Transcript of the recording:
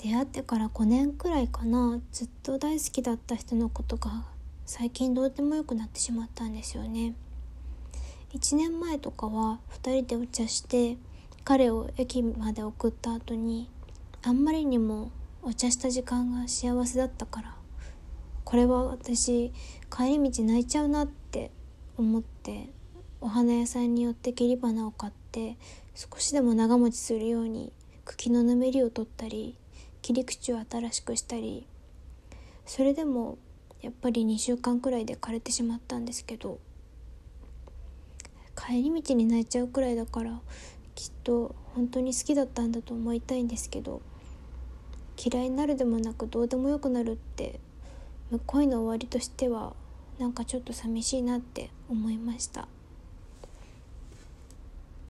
出会ってから5年くらいかな、ずっと大好きだった人のことが最近どうでもよくなってしまったんですよね。1年前とかは2人でお茶して彼を駅まで送った後に、あんまりにもお茶した時間が幸せだったから、これは私帰り道泣いちゃうなって思って、お花屋さんに寄って切り花を買って少しでも長持ちするように茎のぬめりを取ったり、切り口を新しくしたり、それでもやっぱり2週間くらいで枯れてしまったんですけど、帰り道に泣いちゃうくらいだからきっと本当に好きだったんだと思いたいんですけど、嫌いになるでもなくどうでもよくなるって恋の終わりとしてはなんかちょっと寂しいなって思いました。